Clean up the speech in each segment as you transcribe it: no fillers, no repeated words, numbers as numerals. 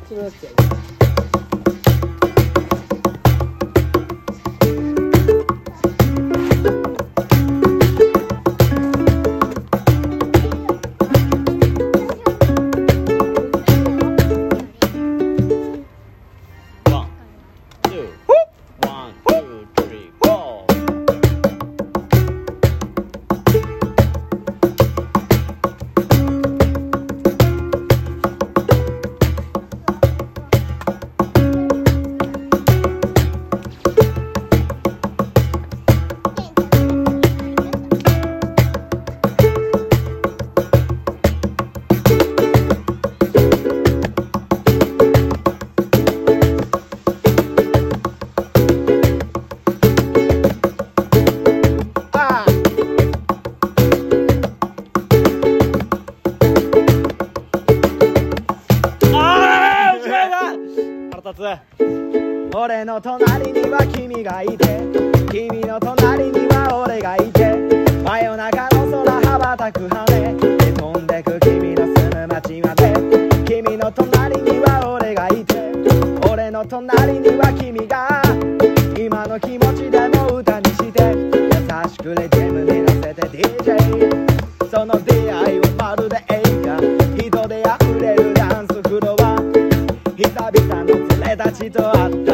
それだって俺の隣には君がいて、君の隣には俺がいて、真夜中の空羽ばたく羽で飛んでく君の住む街まで。君の隣には俺がいて、俺の隣には君が、今の気持ちでも歌にして優しくレジェムに乗せて DJ。 その出会いはまるで映画、人で溢れるダンスフロア、久々の連れ立ちと会った、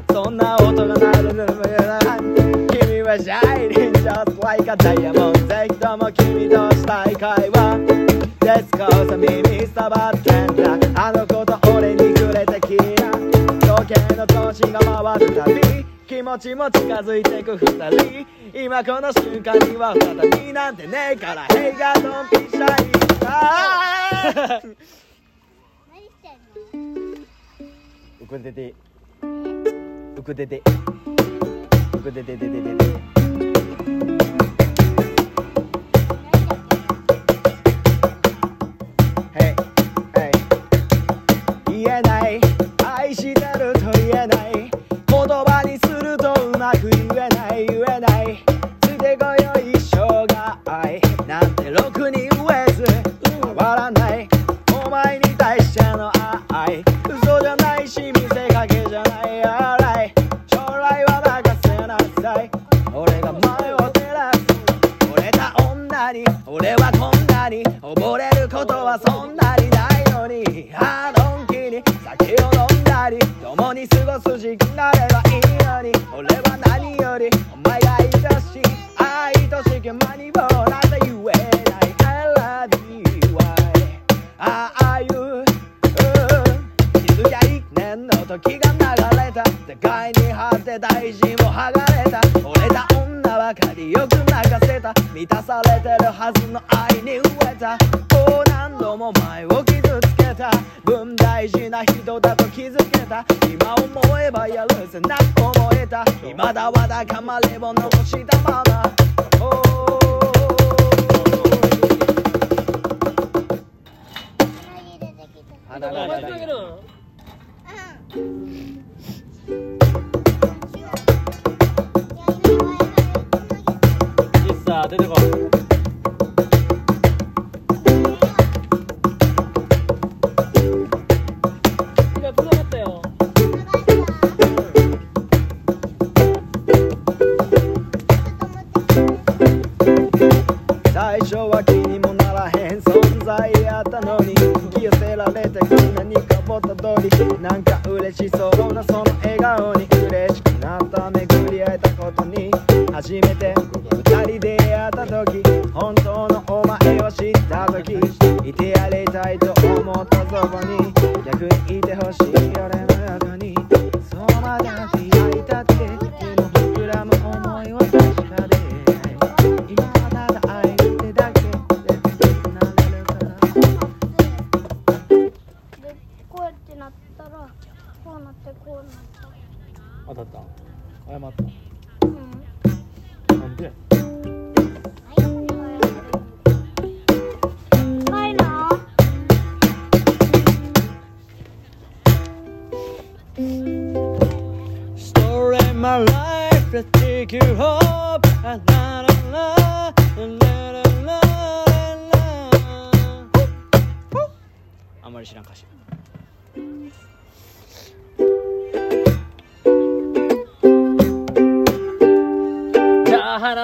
そんな音が鳴るのよな。君はシャイニン just like a diamond。 ぜひとも君としたい会話、Let's go さ耳さばってんだ、あの子と俺に触れてきな。時計の年が回るたび気持ちも近づいてく二人、今この瞬間には再びなんてねえから Hey God don't be shy。 ウクデデウクデデウクデデデデデデ。言えない、愛してると言えない、言葉にするとうまく言えない言えない、ついてこよ一生が愛なんてろくに言えず変わらない、お前に対しての愛、嘘じゃないし見せかけじゃない、洗い将来は任せなさい、俺が前を照らす。惚れた女に俺はこんなに溺れることはそんなにないのに、のんきに酒を飲んだり共に過ごす時期なればいいのに、俺は何よりお前が愛しい、愛しき間にもなんて言えない I love you why ああいう気づきゃ一年の時が流れた、世界に張って大事も剥がれた、折れた女ばかりよく泣かせた、満たされてるはずの愛に飢えた、もう何度も前を傷つけた分大事な人だと気づけた、今思えばやるせなく思えた、未だわだかまれを残したまま、あららららさあ出てこい。最初は気にもならへん存在やったのに、引き寄せられてく何かぼった通り、なんか嬉しそうなその笑顔に嬉しくなった、巡り会えたことに初めて二人で会った時、本当のお前を知った時、いてやりたいと思ったそこに、逆にいてほしい俺の中に、そうまで開いたってでも膨らむ思いは確かで、今はただ愛ってだけでなれるから。 でこうやってなったらこうなってこうなった。 当たった？謝った？なんで？ はいな。 Story my life, let's take you home. La la la la la la la. あんまり知らん歌詞。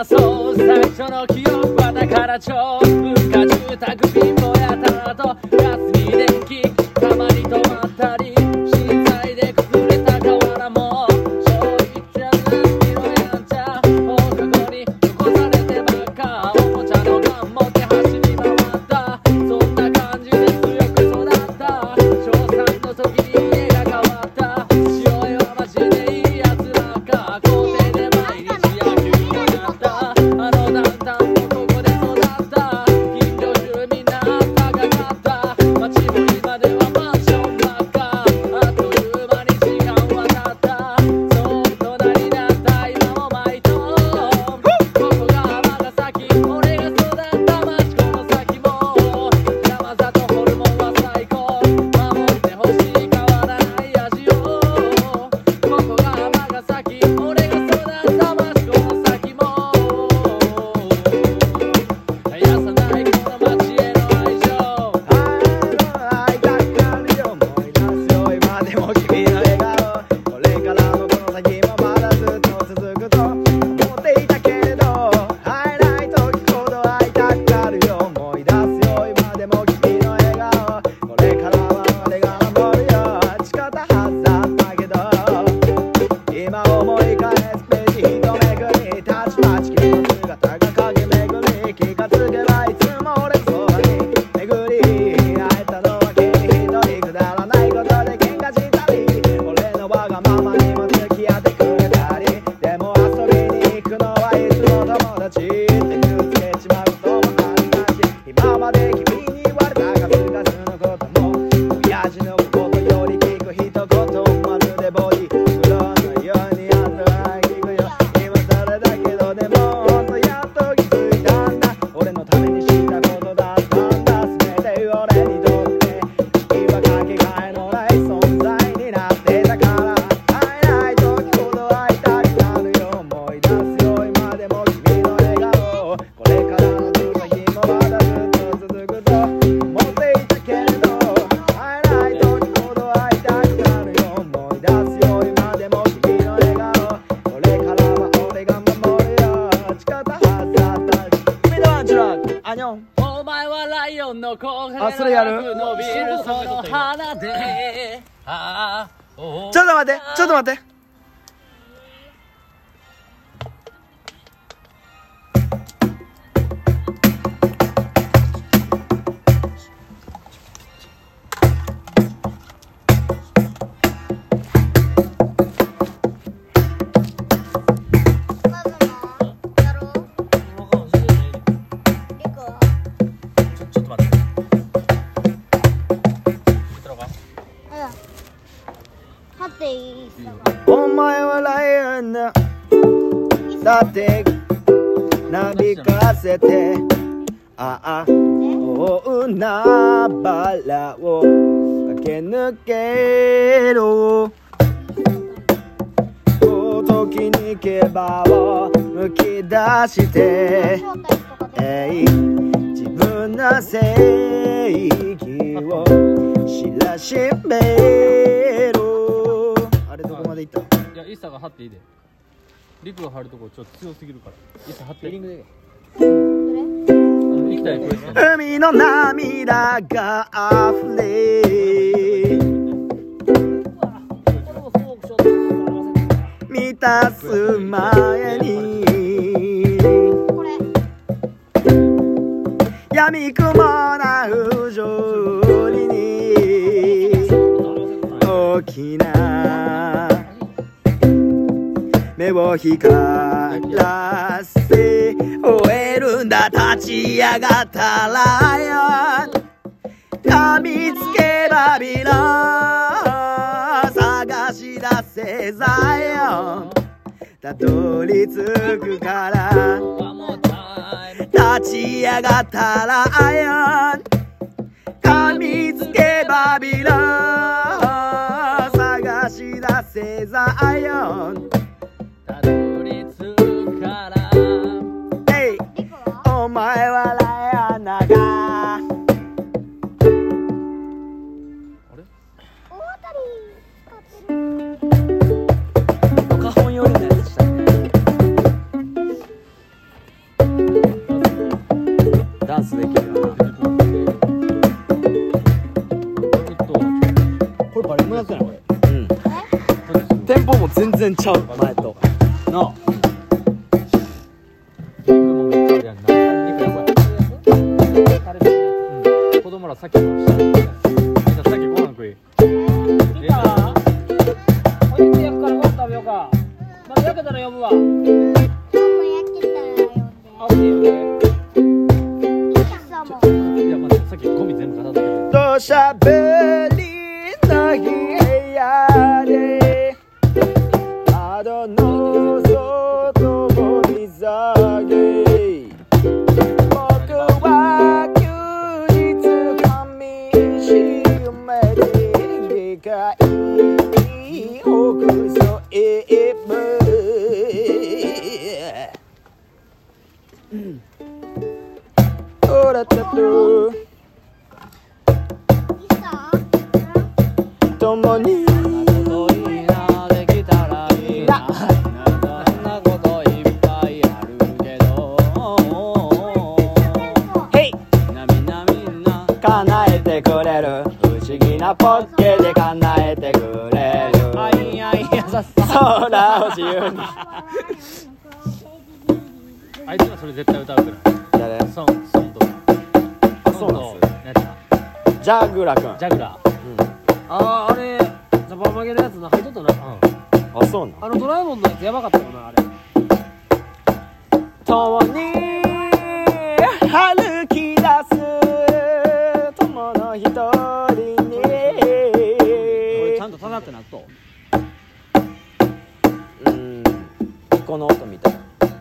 話そう最初の記憶はだから超文化住宅貧乏やたらとガスに電気たまに止まったり震災で崩れた瓦も消費者なんきのやんちゃ放課後に残されてばっかおもちゃのガン持って走り回ったそんな感じで強く育った小3の時に家が変わった父親はマジでいいやつばっか校庭で毎日野球をやったあのダウンタウンもここで育った近所中みんな高かった街も今ではマンションばっかあっという間に時間は経ったそう大人になった今も毎度ここが尼崎俺が育った町この先も山里ホルモンは最高守ってほしい変わらない味をここが尼崎俺が育った町この先も絶やさないこの街への愛情会いたくなるよ思い出すよ今でも君の笑顔これからもこの先もまだずっと続くと思っていたけれど会えない時ほど会いたくなるよ思い出すよ今でも君の笑顔これからは俺が守るよ誓ったはずだったけど今思い返すページ一めくりたちまち君の姿が駆け巡り気がつけばいつも俺のそばに巡り会えたのは君一人くだらないことで喧嘩したり俺のわがままにも付き合ってくれたりでも遊びに行くのはいつも友達って傷つけちまうこともあるなし今まで君に言われた数々のことも親父のことより聞く一言まるでボディーブローのようにあとは聞くよ今更だけどでもほんとやっと気づいたんだ俺のためにしたことだったんだ全て俺にとって君はかけがえのない存在になってたから会えない時ほど会いたくなるよ思い出すよ今でも君の笑顔これからの先もまだずっと続くと思っていたけれど会えない時ほど会いたくなるよ思い出すよ今でも君の笑顔これからは俺が守るよ誓ったはずだった君のアンチュラアニョンお前はライオンの小あそれやる伸びるその花でちょっと待ってちょっと待ってまずもやろうリコはちょっと待ってはっていいさお前はライオンのだってなびかせてああ大海原を駆け抜けろ時に牙をむき出して招待とかで自分の正義を知らしめろあれどこまで行ったいやイッサが張っていいでリクが張るとこちょっと強すぎるからイッサ張ってリングでどれ行きたいクエスチョン海の涙が溢れ満たす前にこれ闇雲な不条理に大きな目を光らせ終えるんだ立ち上がったらよ噛みつけバビロン探し出せザイオンたどり着くから立ち上がったらよ噛みつけバビロン探し出せザイオンたどり着くからえいリコはお前はライオンだがあれ大当たり使ってる花本寄りのやつしたね然ちゃう前となあ。 肉もめっちゃあるやんな。肉やこれ。タレのやつ。子供らさっきの下に。みんなさっきご飯食い。 来た？お肉焼くからご飯食べようか。まだ焼けたら呼ぶわ。 もう焼けたら呼んで。 あ、オッケーオッケー。 ピザも。 いや待ってさっきゴミ全部片付けて。 土砂降りの部屋で窓の外を見下げ僕は休日噛みしめて理解にほくそえむおらたと共にこといいなできたらいいな。そんなこといっぱいあるけど。 ヘイみんな叶えてくれる不思議なポッケで叶えてくれるあいやいやさっさ。 空を自由にあいつはそれ絶対歌うから誰ソンとかそうなんすやつジャグラ君ジャグラあー、あれザバ曲げのやつな入っとったな。 あそうなんあのドラえもんのやつやばかったよなあれ。 共に歩き出す友の一人に俺ちゃんとただってなっと。 この音みたい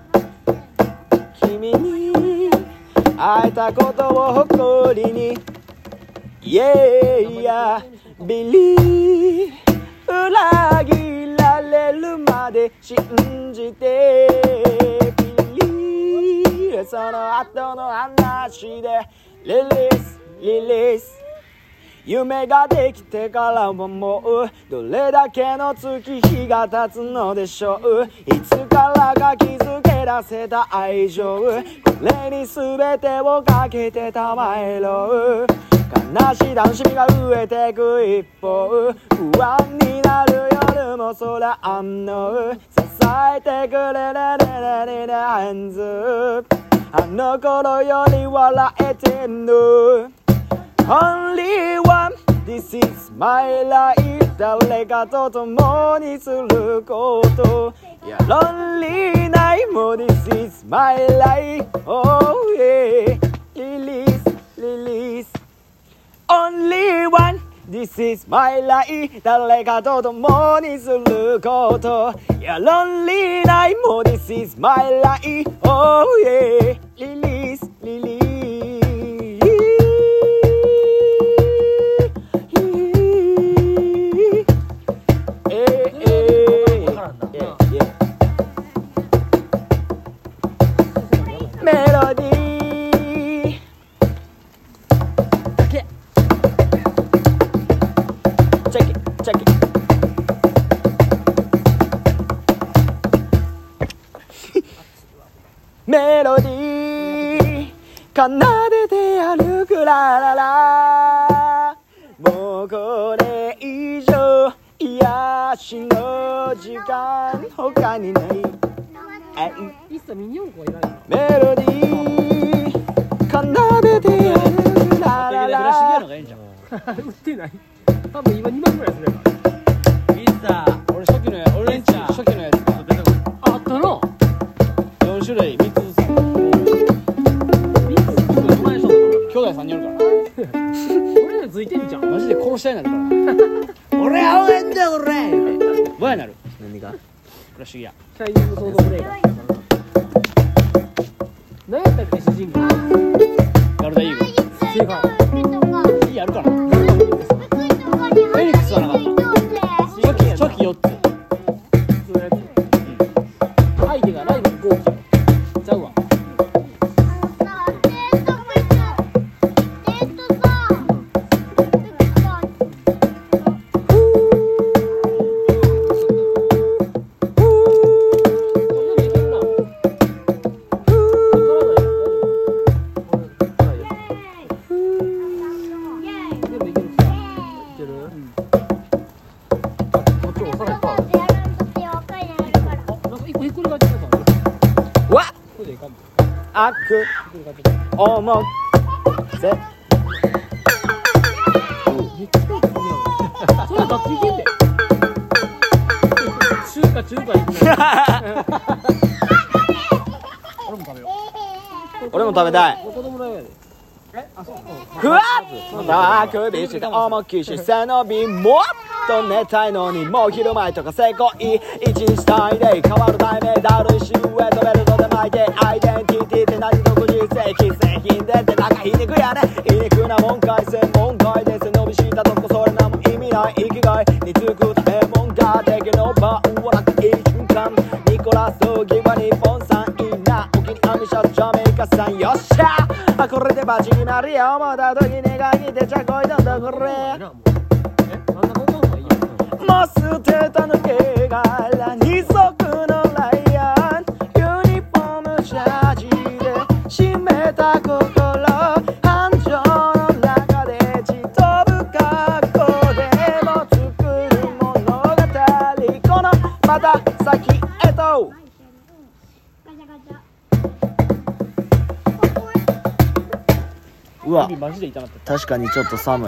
君に会えたことを誇りにイエーイやビリー裏切られるまで信じてビリーその後の話でリリース夢ができてからももうどれだけの月日が経つのでしょういつからか気づけ出せた愛情これに全てをかけてたまえろ悲しい楽しみが増えてく一方不安になる夜も空安の支えてくれるハンズあの頃より笑えてんのOnly one, this is my life 誰かと共にすることいや Lonely night も This is my life Oh yeah Release Only one, this is my life 誰かと共にすることいや Lonely night も This is my life Oh yeah Releaseメロディーだけチェキメロディー奏でて歩くラララもうこれ以上癒しの時間他にない一切ミニ四駆はいらないな。 メロディー奏でてやるラララ売ってない。多分今2万ぐらいするやから。 いいさ俺初期のやつ俺んち初期のやつがあったな。 4種類3つずつ兄弟3人おるから俺らついてんじゃん。 マジで殺したいなるから俺青えんだよ俺ぼやなる何がこれ不思議やチャイニーズソードブレイカー。何やったっけ主人公。 ガルダイーグル正解。 いいやるかなフェニックスはなかった初期4つ普通のやつ。相手がライバル豪華。ちゃうわ。 なく思せそれはどっちいけんで中華いくね俺も食べたい。 子供のやでふわっな首して重きし背伸びもっと寝たいのにもう昼前とかせこい一日単位で変わる題名だるいシルエットベルトで巻いてアイデンティティって何独自性既製品でってなんか皮肉やね皮肉なもんかい専門外で背伸びしたとこそれなも意味ない生きがいにつくたえもんが敵の場を楽いい瞬間ニコラスギバ日本さんいいなお気にアミシャルジャメイカさんよっしゃこれでバチになるよ思った時に願いに出ちゃこいだんだこれもう捨てた抜け殻二足のライアンユニフォームジャージで締めた心繁盛の中でじとぶ格好でも作る物語このまた先へとガチャガチャうわマジで痛かった確かにちょっと寒い